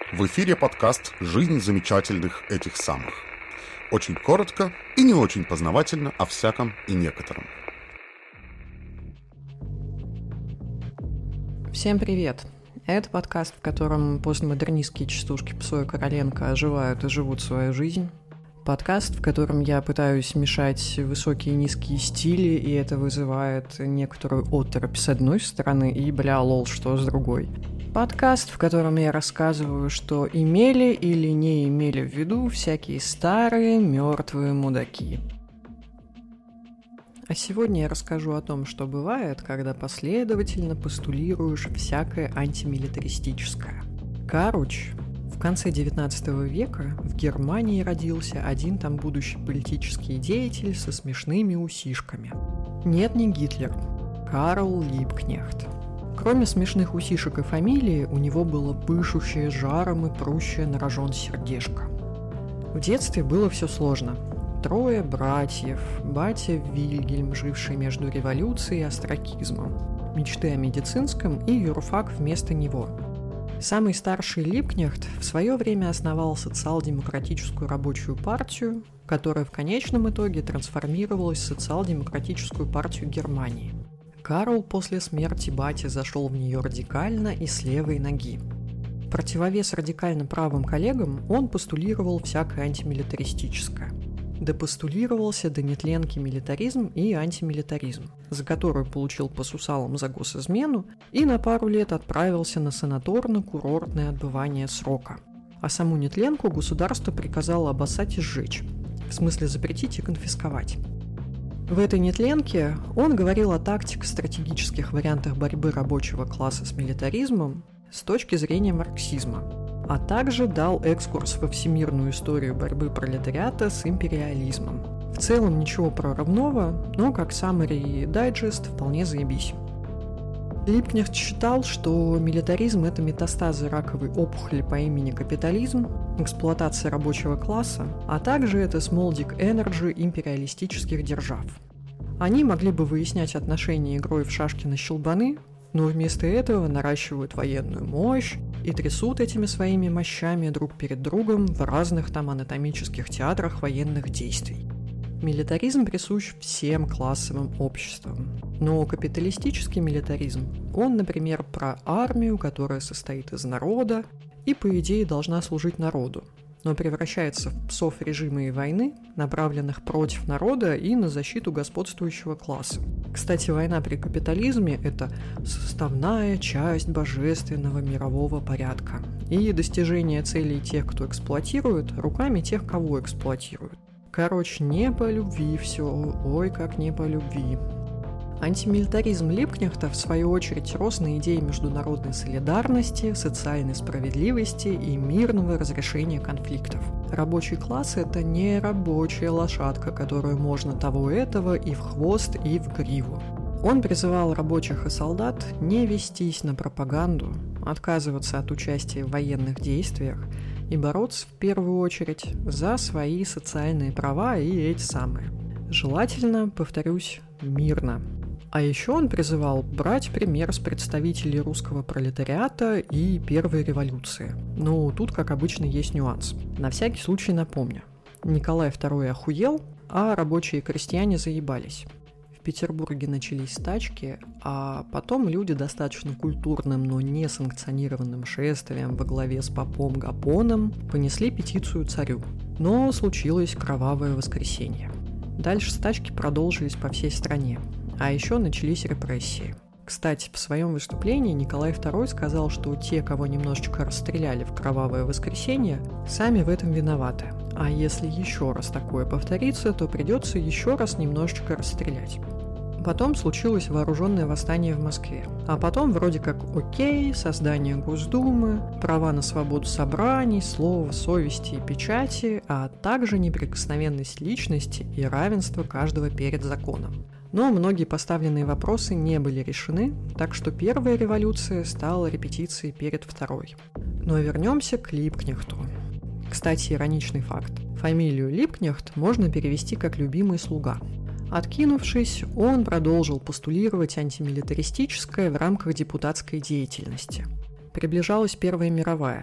В эфире подкаст «Жизнь замечательных этих самых». Очень коротко и не очень познавательно о всяком и некотором. Всем привет! Это подкаст, в котором постмодернистские частушки Псо и Короленко оживают и живут свою жизнь. Подкаст, в котором я пытаюсь мешать высокие и низкие стили, и это вызывает некоторую оторопь с одной стороны и лол, что с другой. Подкаст, в котором я рассказываю, что имели или не имели в виду всякие старые мертвые мудаки. А сегодня я расскажу о том, что бывает, когда последовательно постулируешь всякое антимилитаристическое. Короче, в конце 19 века в Германии родился один там будущий политический деятель со смешными усишками. Нет, не Гитлер. Карл Либкнехт. Кроме смешных усишек и фамилии, у него было пышущее жаром и прущее на рожон сердечко. В детстве было все сложно. 3 братьев, батя Вильгельм, живший между революцией и остракизмом, мечты о медицинском и юрфак вместо него. Самый старший Либкнехт в свое время основал социал-демократическую рабочую партию, которая в конечном итоге трансформировалась в социал-демократическую партию Германии. Карл после смерти бати зашел в нее радикально и с левой ноги. В противовес радикально правым коллегам он постулировал всякое антимилитаристическое. Допостулировался до нетленки милитаризм и антимилитаризм, за которую получил по сусалам за госизмену и на пару лет отправился на санаторно-курортное отбывание срока. А саму нетленку государство приказало обоссать и сжечь, в смысле запретить и конфисковать. В этой нетленке он говорил о тактико-стратегических вариантах борьбы рабочего класса с милитаризмом с точки зрения марксизма, а также дал экскурс во всемирную историю борьбы пролетариата с империализмом. В целом ничего прорывного, но как summary и дайджест вполне заебись. Либкнехт считал, что милитаризм – это метастазы раковой опухоли по имени капитализм, эксплуатация рабочего класса, а также это small dick energy империалистических держав. Они могли бы выяснять отношения игрой в шашки-на-щелбаны, но вместо этого наращивают военную мощь и трясут этими своими мощами друг перед другом в разных там анатомических театрах военных действий. Милитаризм присущ всем классовым обществам. Но капиталистический милитаризм, он, например, про армию, которая состоит из народа и, по идее, должна служить народу, но превращается в псов режима и войны, направленных против народа и на защиту господствующего класса. Кстати, война при капитализме – это составная часть божественного мирового порядка и достижение целей тех, кто эксплуатирует, руками тех, кого эксплуатируют. Короче, не по любви все, ой, как не по любви. Антимилитаризм Либкнехта, в свою очередь, рос на идее международной солидарности, социальной справедливости и мирного разрешения конфликтов. Рабочий класс – это не рабочая лошадка, которую можно того-этого и в хвост, и в гриву. Он призывал рабочих и солдат не вестись на пропаганду, отказываться от участия в военных действиях и бороться в первую очередь за свои социальные права и эти самые. Желательно, повторюсь, мирно. А еще он призывал брать пример с представителей русского пролетариата и первой революции. Но тут, как обычно, есть нюанс. На всякий случай напомню. Николай II охуел, а рабочие и крестьяне заебались. В Петербурге начались стачки, а потом люди достаточно культурным, но не санкционированным шествием во главе с попом Гапоном понесли петицию царю. Но случилось кровавое воскресенье. Дальше стачки продолжились по всей стране. А еще начались репрессии. Кстати, в своем выступлении Николай II сказал, что те, кого немножечко расстреляли в кровавое воскресенье, сами в этом виноваты. А если еще раз такое повторится, то придется еще раз немножечко расстрелять. Потом случилось вооруженное восстание в Москве. А потом вроде как окей, создание Госдумы, права на свободу собраний, слова, совести и печати, а также неприкосновенность личности и равенство каждого перед законом. Но многие поставленные вопросы не были решены, так что первая революция стала репетицией перед второй. Но вернемся к Либкнехту. Кстати, ироничный факт. Фамилию Либкнехт можно перевести как «любимый слуга». Откинувшись, он продолжил постулировать антимилитаристическое в рамках депутатской деятельности. Приближалась Первая мировая.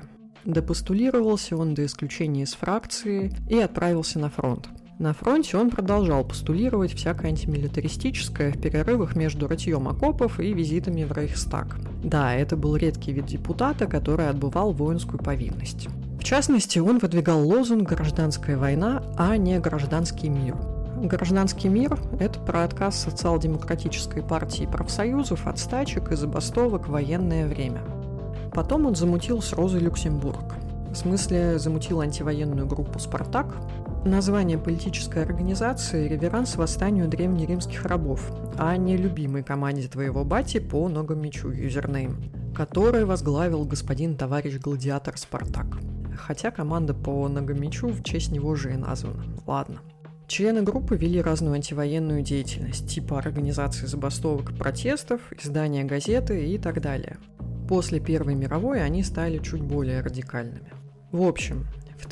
Допостулировался он до исключения из фракции и отправился на фронт. На фронте он продолжал постулировать всякое антимилитаристическое в перерывах между рытьем окопов и визитами в Рейхстаг. Да, это был редкий вид депутата, который отбывал воинскую повинность. В частности, он выдвигал лозунг «Гражданская война, а не гражданский мир». Гражданский мир – это про отказ социал-демократической партии профсоюзов от стачек и забастовок в военное время. Потом он замутил с Розой Люксембург. В смысле, замутил антивоенную группу «Спартак». Название политической организации – реверанс восстанию древнеримских рабов, а не любимой команде твоего бати по ногам мечу юзернейм, который возглавил господин товарищ гладиатор Спартак. Хотя команда по ногам мечу в честь него же и названа. Ладно. Члены группы вели разную антивоенную деятельность, типа организации забастовок и протестов, издания газеты и так далее. После Первой мировой они стали чуть более радикальными. В общем, в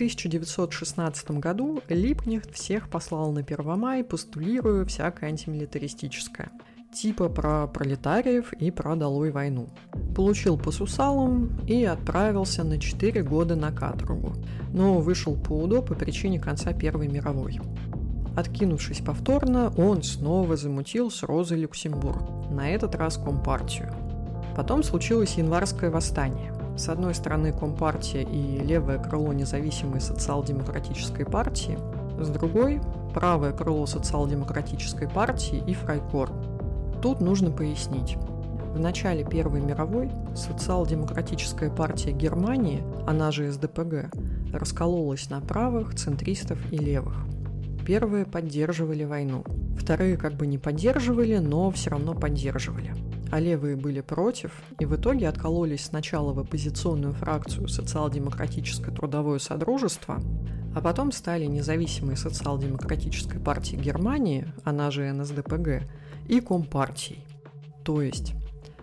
1916 году Либкнехт всех послал на Первомай, постулируя всякое антимилитаристическое, типа про пролетариев и про долой войну. Получил по сусалам и отправился на 4 года на каторгу, но вышел по УДО по причине конца Первой мировой. Откинувшись повторно, он снова замутил с Розой Люксембург, на этот раз Компартию. Потом случилось январское восстание. С одной стороны Компартия и левое крыло независимой социал-демократической партии, с другой – правое крыло социал-демократической партии и Фрайкор. Тут нужно пояснить. В начале Первой мировой социал-демократическая партия Германии, она же СДПГ, раскололась на правых, центристов и левых. Первые поддерживали войну, вторые как бы не поддерживали, но все равно поддерживали. А левые были против, и в итоге откололись сначала в оппозиционную фракцию Социал-демократическое трудовое содружество, а потом стали независимой социал-демократической партией Германии, она же НСДПГ, и Компартией. То есть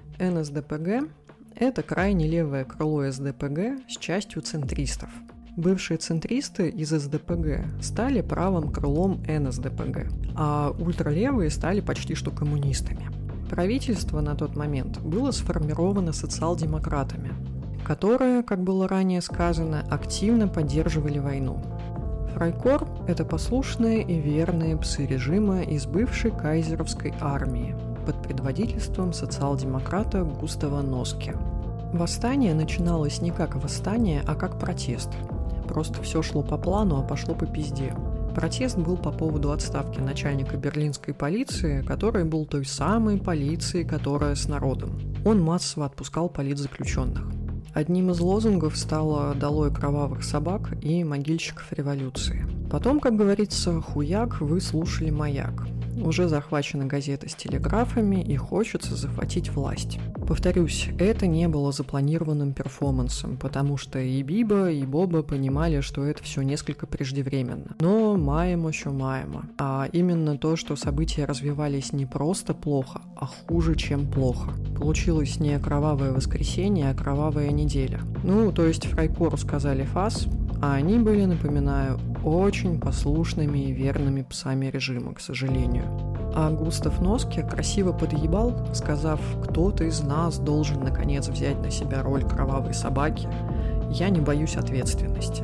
НСДПГ – это крайне левое крыло СДПГ с частью центристов. Бывшие центристы из СДПГ стали правым крылом НСДПГ, а ультралевые стали почти что коммунистами. Правительство на тот момент было сформировано социал-демократами, которые, как было ранее сказано, активно поддерживали войну. Фрайкор – это послушные и верные псы режима из бывшей кайзеровской армии под предводительством социал-демократа Густава Носке. Восстание начиналось не как восстание, а как протест. Просто все шло по плану, а пошло по пизде. Протест был по поводу отставки начальника берлинской полиции, который был той самой полицией, которая с народом. Он массово отпускал политзаключенных. Одним из лозунгов стало «Долой кровавых собак» и «Могильщиков революции». Потом, как говорится, хуяк, вы слушали маяк. Уже захвачены газеты с телеграфами и хочется захватить власть. Повторюсь, это не было запланированным перформансом, потому что и Биба, и Боба понимали, что это все несколько преждевременно. Но маемо еще маемо. А именно то, что события развивались не просто плохо, а хуже, чем плохо. Получилось не кровавое воскресенье, а кровавая неделя. Ну, то есть Фрайкору сказали фас, а они были, напоминаю, очень послушными и верными псами режима, к сожалению. А Густав Носке красиво подъебал, сказав: «Кто-то из нас должен наконец взять на себя роль кровавой собаки. Я не боюсь ответственности».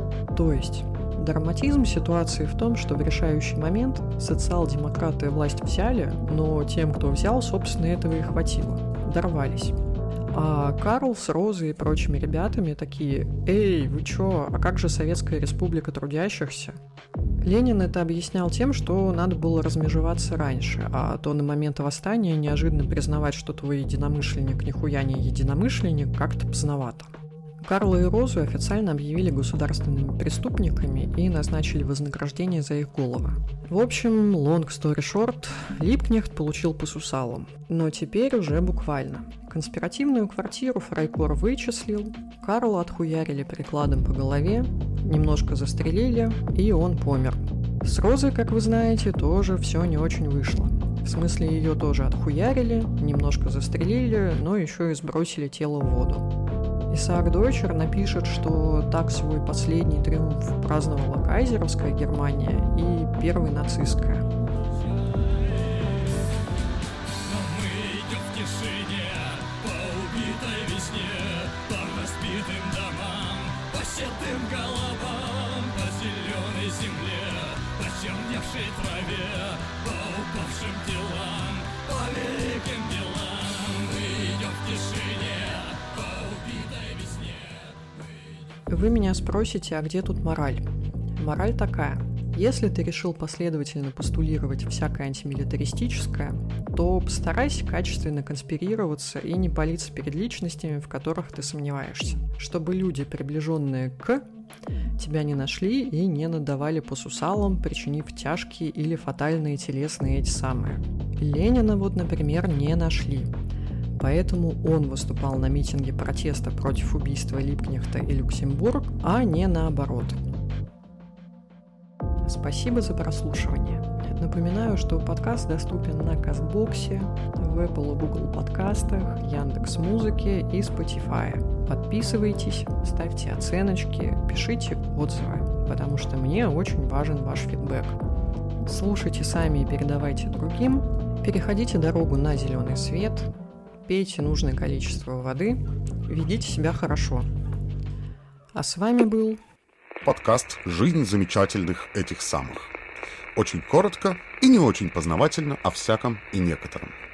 То есть драматизм ситуации в том, что в решающий момент социал-демократы власть взяли, но тем, кто взял, собственно, этого и хватило. Дорвались. А Карл с Розой и прочими ребятами такие: «Эй, вы чё, а как же Советская Республика Трудящихся?» Ленин это объяснял тем, что надо было размежеваться раньше, а то на момент восстания неожиданно признавать, что твой единомышленник нихуя не единомышленник, как-то поздновато. Карла и Розу официально объявили государственными преступниками и назначили вознаграждение за их головы. В общем, long story short, Либкнехт получил по сусалам. Но теперь уже буквально. Конспиративную квартиру Фрайкор вычислил, Карла отхуярили прикладом по голове, немножко застрелили, и он помер. С Розой, как вы знаете, тоже все не очень вышло. В смысле, ее тоже отхуярили, немножко застрелили, но еще и сбросили тело в воду. Исаак Дойчер напишет, что так свой последний триумф праздновала кайзеровская Германия и первая нацистская. По убитой весне, по разбитым домам, по седым головам, по зеленой земле, по черневшей траве, по упавшим делам, по великим делам. Мы идем в тишине, по убитой весне. Вы меня спросите, а где тут мораль? Мораль такая. Если ты решил последовательно постулировать всякое антимилитаристическое, то постарайся качественно конспирироваться и не палиться перед личностями, в которых ты сомневаешься, чтобы люди, приближенные к, тебя не нашли и не надавали по сусалам, причинив тяжкие или фатальные телесные эти самые. Ленина вот, например, не нашли. Поэтому он выступал на митинге протеста против убийства Либкнехта и Люксембург, а не наоборот. Спасибо за прослушивание. Напоминаю, что подкаст доступен на Кастбоксе, в Apple и Google подкастах, Яндекс.Музыке и Spotify. Подписывайтесь, ставьте оценочки, пишите отзывы, потому что мне очень важен ваш фидбэк. Слушайте сами и передавайте другим, переходите дорогу на зеленый свет, пейте нужное количество воды, ведите себя хорошо. А с вами был Подкаст «Жизнь замечательных этих самых». Очень коротко и не очень познавательно о всяком и некотором.